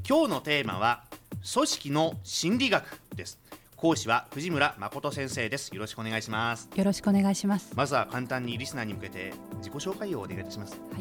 今日のテーマは組織の心理学です。講師は藤村誠先生です。よろしくお願いします。 よろしくお願いします。 まずは簡単にリスナーに向けて自己紹介をお願いいたします。 はい、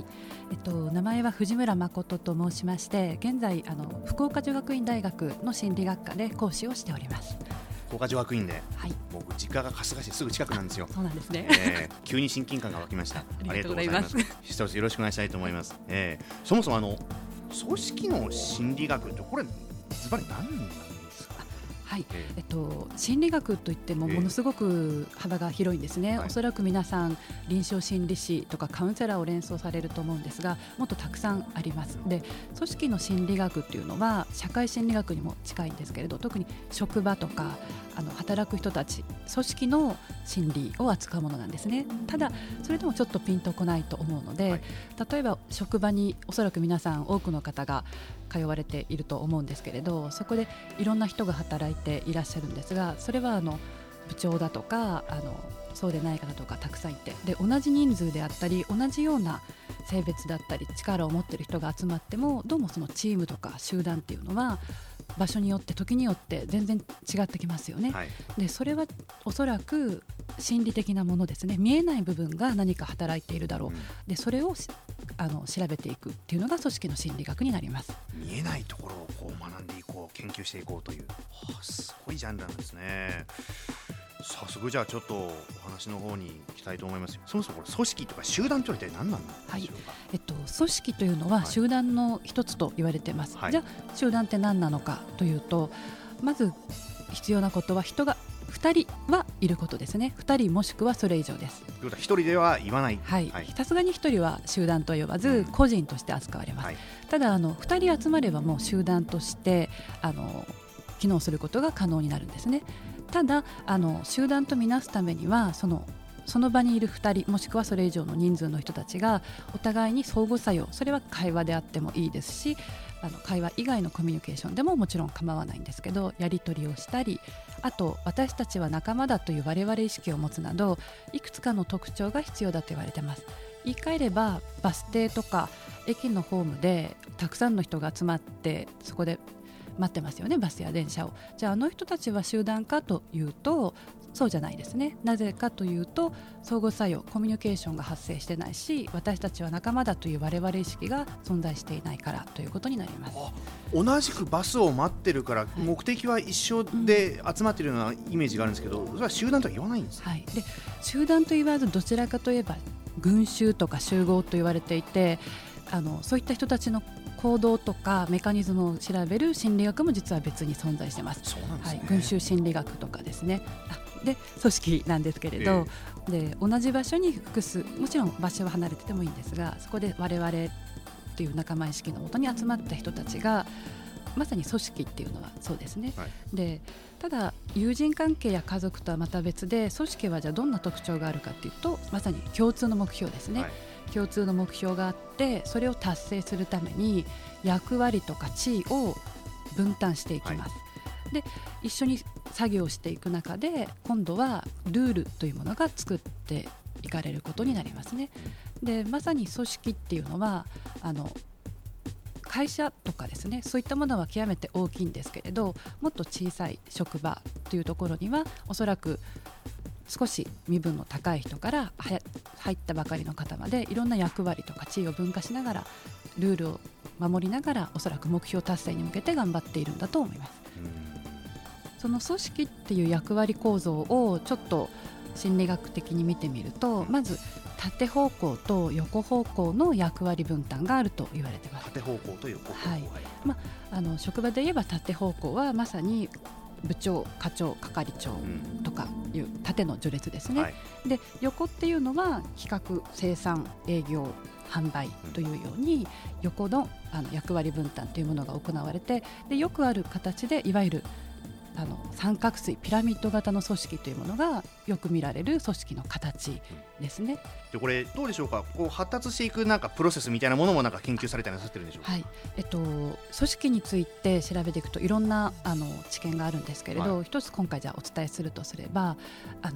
名前は藤村誠と申しまして、現在福岡女学院大学の心理学科で講師をしております。 福岡女学院で、 はい、 僕実家が春日市すぐ近くなんですよ。 そうなんですね、 急に親近感が湧きました。 ありがとうございます。 一つよろしくお願いしたいと思います。そもそも組織の心理学ってこれズバリ何なんですか？ はい、心理学といってもものすごく幅が広いんですね。おそらく皆さん臨床心理士とかカウンセラーを連想されると思うんですが、もっとたくさんあります。で、組織の心理学っていうのは社会心理学にも近いんですけれど、特に職場とか働く人たち、組織の心理を扱うものなんですね。ただそれでもちょっとピンとこないと思うので、例えば職場におそらく皆さん多くの方が通われていると思うんですけれど、そこでいろんな人が働いていらっしゃるんですが、それは部長だとかそうでない方とかたくさんいて、で同じ人数であったり同じような性別だったり力を持っている人が集まっても、どうもそのチームとか集団っていうのは場所によって時によって全然違ってきますよね。でそれはおそらく心理的なものですね。見えない部分が何か働いているだろう、でそれを調べていくっていうのが組織の心理学になります。 見えないところをこう学んでいこう、研究していこうという、すごいジャンルなんですね。早速じゃあちょっとお話の方に行きたいと思います。そもそもこれ組織とか集団というのは一体何なんでしょうか？ 組織というのは集団の一つと言われています。じゃあ集団って何なのかというと、まず必要なことは人が2人はいることですね。2人もしくはそれ以上です。 ということは1人では言わない。 さすがに1人は集団と呼ばず、個人として扱われます。ただ2人集まればもう集団として機能することが可能になるんですね。ただ集団とみなすためにはその場にいる2人もしくはそれ以上の人数の人たちがお互いに相互作用、それは会話であってもいいですし、会話以外のコミュニケーションでももちろん構わないんですけど、やり取りをしたり、あと私たちは仲間だという我々意識を持つなど、いくつかの特徴が必要だと言われています。言い換えればバス停とか駅のホームでたくさんの人が集まってそこで待ってますよね、バスや電車を。じゃあ人たちは集団かというとそうじゃないですね。なぜかというと相互作用、コミュニケーションが発生してないし、私たちは仲間だという我々意識が存在していないからということになります。 同じくバスを待ってるから目的は一緒で集まっているようなイメージがあるんですけど、それは集団とは言わないんですか？ で集団と言わず、どちらかといえば群衆とか集合と言われていて、そういった人たちの行動とかメカニズムを調べる心理学も実は別に存在しています。 そうなんですね。 群衆心理学とかですね。で組織なんですけれど、で同じ場所に複数、もちろん場所は離れててもいいんですが、そこで我々という仲間意識のもとに集まった人たちがまさに組織っていうのはそうですね。でただ友人関係や家族とはまた別で、組織はじゃあどんな特徴があるかっていうと、まさに共通の目標ですね。共通の目標があって、それを達成するために役割とか地位を分担していきます。で一緒に作業していく中で、今度はルールというものが作っていかれることになりますね。でまさに組織っていうのは会社とかですね、そういったものは極めて大きいんですけれど、もっと小さい職場というところにはおそらく少し身分の高い人から入ったばかりの方まで、いろんな役割とか地位を分化しながら、ルールを守りながら、おそらく目標達成に向けて頑張っているんだと思います。その組織っていう役割構造をちょっと心理学的に見てみると、まず縦方向と横方向の役割分担があると言われています。 縦方向と横方向、 職場で言えば縦方向はまさに部長、課長、係長とかいう縦の序列ですね。で横っていうのは企画、生産、営業、販売というように横の役割分担というものが行われて、でよくある形でいわゆる三角錐ピラミッド型の組織というものがよく見られる組織の形ですね。 でこれどうでしょうか、こう発達していくプロセスみたいなものも研究されたりなさってるんでしょうか？ 組織について調べていくといろんな知見があるんですけれど、一つ今回じゃあお伝えするとすれば、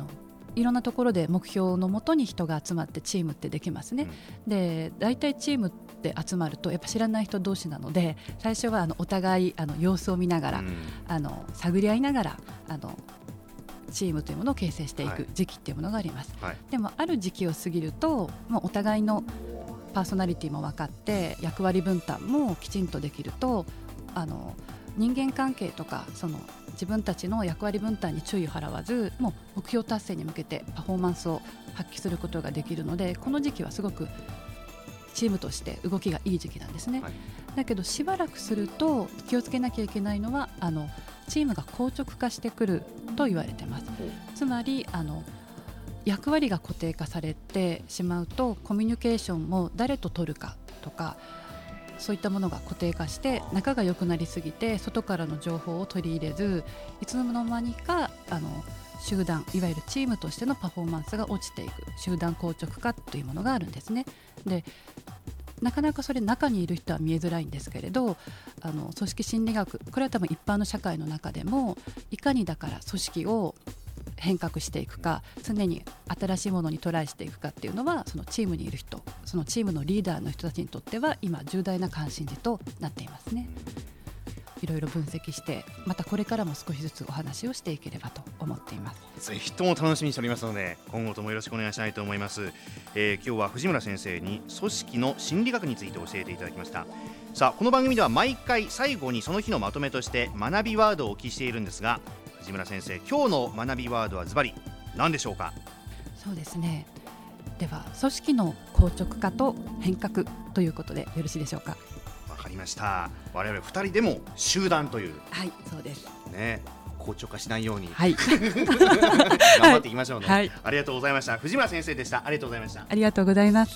いろんなところで目標のもとに人が集まってチームってできますね、で大体チームって集まるとやっぱ知らない人同士なので、最初はお互い様子を見ながら、探り合いながらチームというものを形成していく時期っていうものがあります、でもある時期を過ぎるともうお互いのパーソナリティも分かって役割分担もきちんとできると、人間関係とか自分たちの役割分担に注意を払わず、もう目標達成に向けてパフォーマンスを発揮することができるので、この時期はすごくチームとして動きがいい時期なんですね、だけどしばらくすると気をつけなきゃいけないのはチームが硬直化してくると言われてます。つまり役割が固定化されてしまうと、コミュニケーションも誰と取るかとかそういったものが固定化して仲が良くなりすぎて外からの情報を取り入れず、いつの間にか集団、いわゆるチームとしてのパフォーマンスが落ちていく集団硬直化というものがあるんですね。でなかなかそれ中にいる人は見えづらいんですけれど、組織心理学、これは多分一般の社会の中でもいかにだから組織を変革していくか、常に新しいものにトライしていくかっていうのは、そのチームにいる人、そのチームのリーダーの人たちにとっては今重大な関心事となっていますね。いろいろ分析して、またこれからも少しずつお話をしていければと思っています。 ぜひとも楽しみにしておりますので、今後ともよろしくお願いしたいと思います。今日は藤村先生に組織の心理学について教えていただきました。さあ、この番組では毎回最後にその日のまとめとして学びワードをお聞きしているんですが、藤村先生、今日の学びワードはズバリ何でしょうか？ そうですね、では組織の硬直化と変革ということでよろしいでしょうか？ わかりました。我々2人でも集団という、 はいそうですね、硬直化しないように、 はい、 頑張っていきましょうね、 はい、 ありがとうございました。藤村先生でした。ありがとうございました。 ありがとうございます。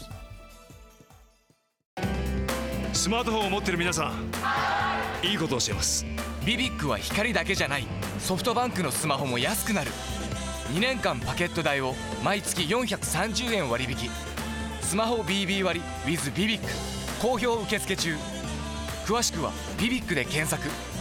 スマートフォンを持っている皆さん、いいことを教えます。 ビビックは光だけじゃない。ソフトバンクのスマホも安くなる。2年間パケット代を毎月430円割引。スマホ BB 割 with ビビック好評受付中。詳しくはビビックで検索。